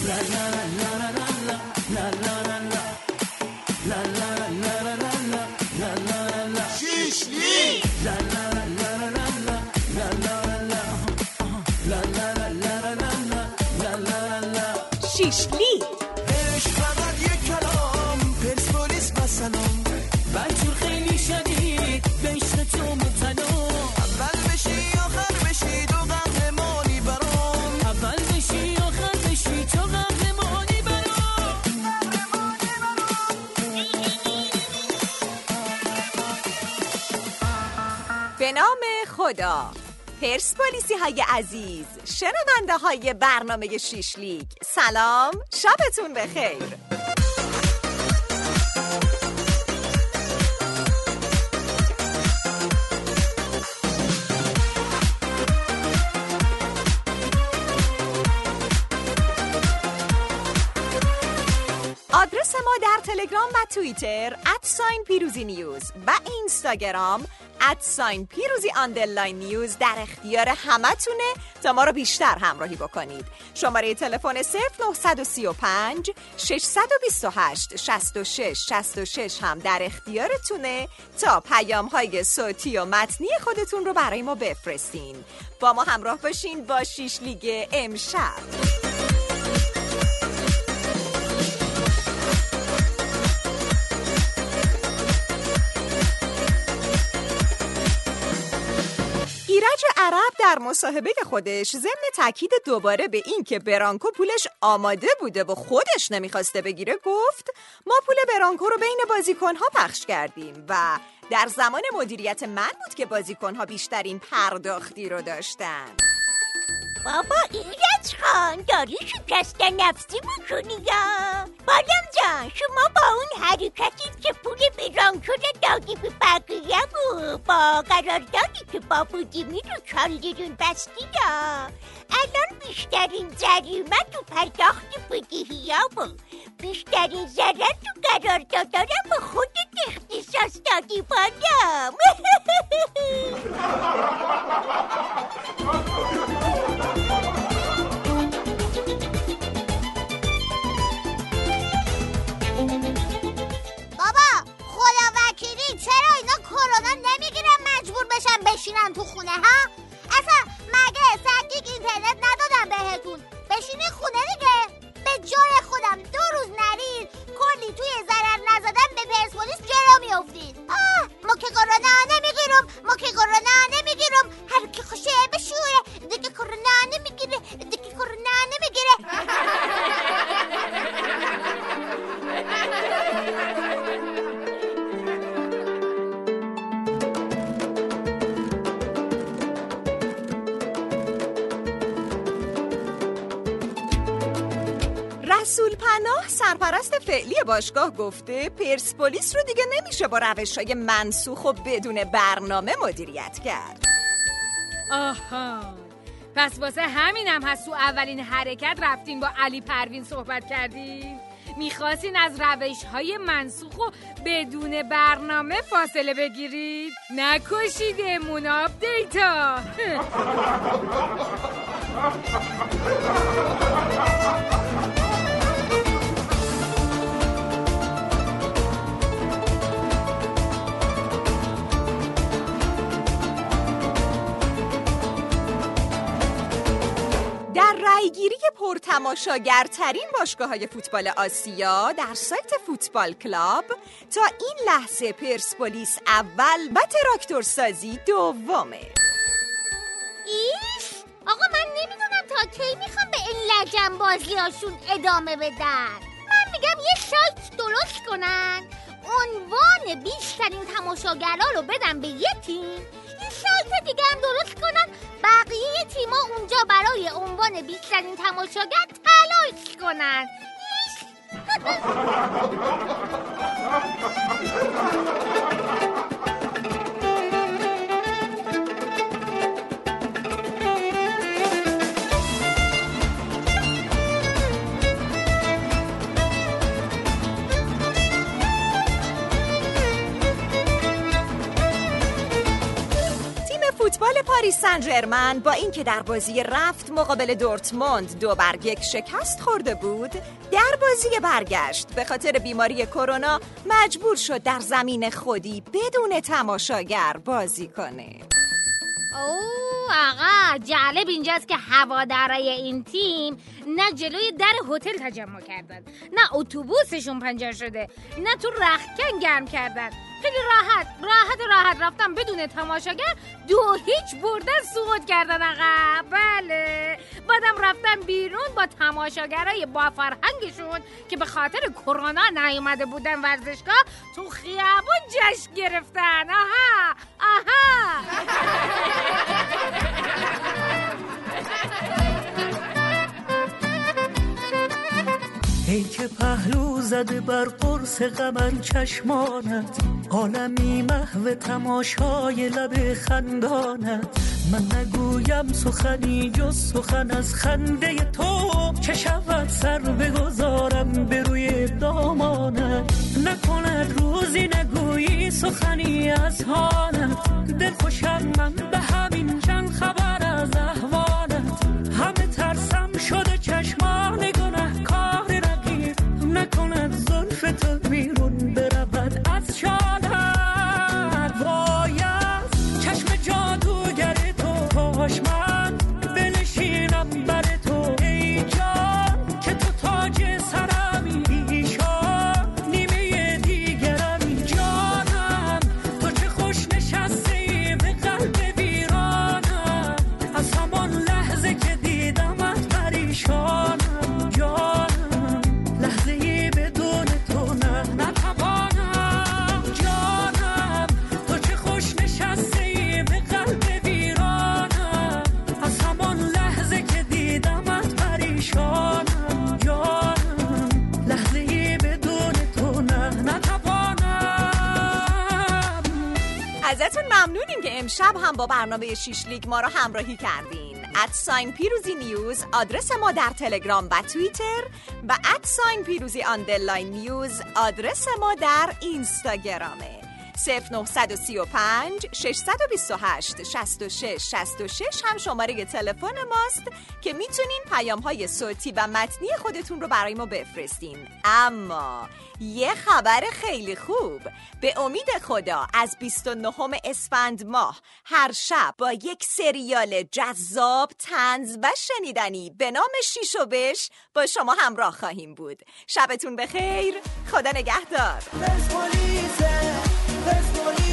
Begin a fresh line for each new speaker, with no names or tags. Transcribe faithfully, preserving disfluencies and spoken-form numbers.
شیشلی
عشق فقط یک کلام، پرسپولیس و سلام، بچور خیلی شدید به عشق تو مبتلا، اول بشی آخر بشی تو قهرمانی برام، اول بشی آخر بشی تو قهرمانی برام.
به نام خدا. پرسپولیسی های عزیز، شنونده های برنامه شیشلیک، سلام، شبتون بخیر. آدرس ما در تلگرام و توییتر @ساین پیروزی نیوز و اینستاگرام @ساین پیروزی آندرلاین نیوز در اختیار همتونه تا ما رو بیشتر همراهی بکنید. شماره تلفن صفر نه سه پنج شش دو هشت شش شش شش شش هم در اختیارتونه تا پیام‌های صوتی و متنی خودتون رو برای ما بفرستین. با ما همراه باشین با شیش لیگ امشب. ایرج عرب در مصاحبه خودش ضمن تاکید دوباره به این که برانکو پولش آماده بوده و خودش نمیخواسته بگیره گفت ما پول برانکو رو بین بازیکنها پخش کردیم و در زمان مدیریت من بود که بازیکنها بیشترین پرداختی رو داشتن.
بابا ایرج خان داری شکست نفسی میکنی یا؟ بادم جان شما با اون حرکتید که پول برانکو رو دادی به بقیه و با قراردادی که با بودیمی رو چالدیرون بستی یا؟ الان بیشترین ضریمت تو پرداخت بدهی ها و بیشترین ضرر تو قراردادا رو به خودت اختصاص دادی بادم.
بشینن تو خونه ها؟ اصلا مگه سگیگ اینترنت ندادم بهتون؟ بشینی خونه دیگه. به جای خودم دو روز نرید کلی توی ضرر نزدن به پرسپولیس جلو میافتید. آه ما که کرونا نمیگیرم، ما که کرونا نمیگیرم، هر کی خوشه بشوره دیگه کرونا نمیگیره، دیگه کرونا نمیگیره.
رسول پناه سرپرست فعلی باشگاه گفته پرسپولیس رو دیگه نمیشه با روش‌های منسوخ و بدون برنامه مدیریت کرد.
آها، پس واسه همینم هست تو اولین حرکت رفتین با علی پروین صحبت کردین؟ میخواستین از روش‌های منسوخ و بدون برنامه فاصله بگیرید؟ نکشیدمون آپدیتا.
رایگیری پرتماشاگرترین باشگاه‌های فوتبال آسیا در سایت فوتبال کلاب تا این لحظه پرسپولیس اول و تراکتور سازی دومه.
ایش آقا من نمیدونم تا کی میخوام به این لجن بازی هاشون ادامه بدن. من میگم یه سایت درست کنن، عنوان بیشترین تماشاگرها رو بدن به یه تیم، یه سایت دیگه هم درست کنن بقیه تیما اونجا برای عنوان بیشترین تماشاگر تلاش کنن.
فوتبال پاریس سن ژرمن با اینکه در بازی رفت مقابل دورتموند دو بر یک شکست خورده بود، در بازی برگشت به خاطر بیماری کرونا مجبور شد در زمین خودی بدون تماشاگر بازی کنه.
اوه آقا، جالب اینجاست که هوادارای این تیم نه جلوی در هتل تجمع کردن، نه اتوبوسشون پنچر شده، نه تو رختکن گرم کردن. خیلی راحت راحت راحت رفتن بدون تماشاگر، دو هیچ بردن، سقوط کردن آقا. بله، بعدم رفتن بیرون با تماشاگرای با فرهنگشون که به خاطر کرونا نیومده بودن ورزشگاه، تو خیابون جشن گرفتن. آها آها
ای که پهلو زده بر قرص قمر چشمانت، عالمی محو تماشای لب خندانت. من نگویم سخنی جز سخن از خنده تو، چه شود سر بگذارم به روی دامانت. نکند روزی نگویی سخنی از حالت، دل خوشم من به همین چند خبر از احوالت. همه ترسم شده چشمان گناه کار رقیب، نکند زلف تو بیرون برود از شالت. باید چشم جادوگر تو کاش من بنشینم بر تو، ای جان که تو تاج سرمی، ایشان نیمه دیگرمی. جانم تو چه خوش نشستی به قلب ویرانم، از همان لحظه که دیدمت پریشانم. جانم لحظه بدون تو نه نتوانم. جانم تو چه خوش نشستی به قلب ویرانم، از همان لحظه که دیدمت پریشانم. جانم لحظه بدون تو نه نتوانم.
ازتون ممنونیم که امشب هم با برنامه شیش لیگ ما رو همراهی کردین. ادساین پیروزی نیوز آدرس ما در تلگرام و توییتر و ادساین پیروزی آندرلاین نیوز آدرس ما در اینستاگرامه. صفر نه سه پنج شش دو هشت شش شش شش شش هم شماره تلفن ماست که میتونین پیام‌های صوتی و متنی خودتون رو برای ما بفرستین. اما یه خبر خیلی خوب، به امید خدا از بیست و نهم اسفند ماه هر شب با یک سریال جذاب، طنز و شنیدنی به نام شیش و بش با شما همراه خواهیم بود. شبتون بخیر، خدا نگهدار.
پرسپولیس پرسپولیس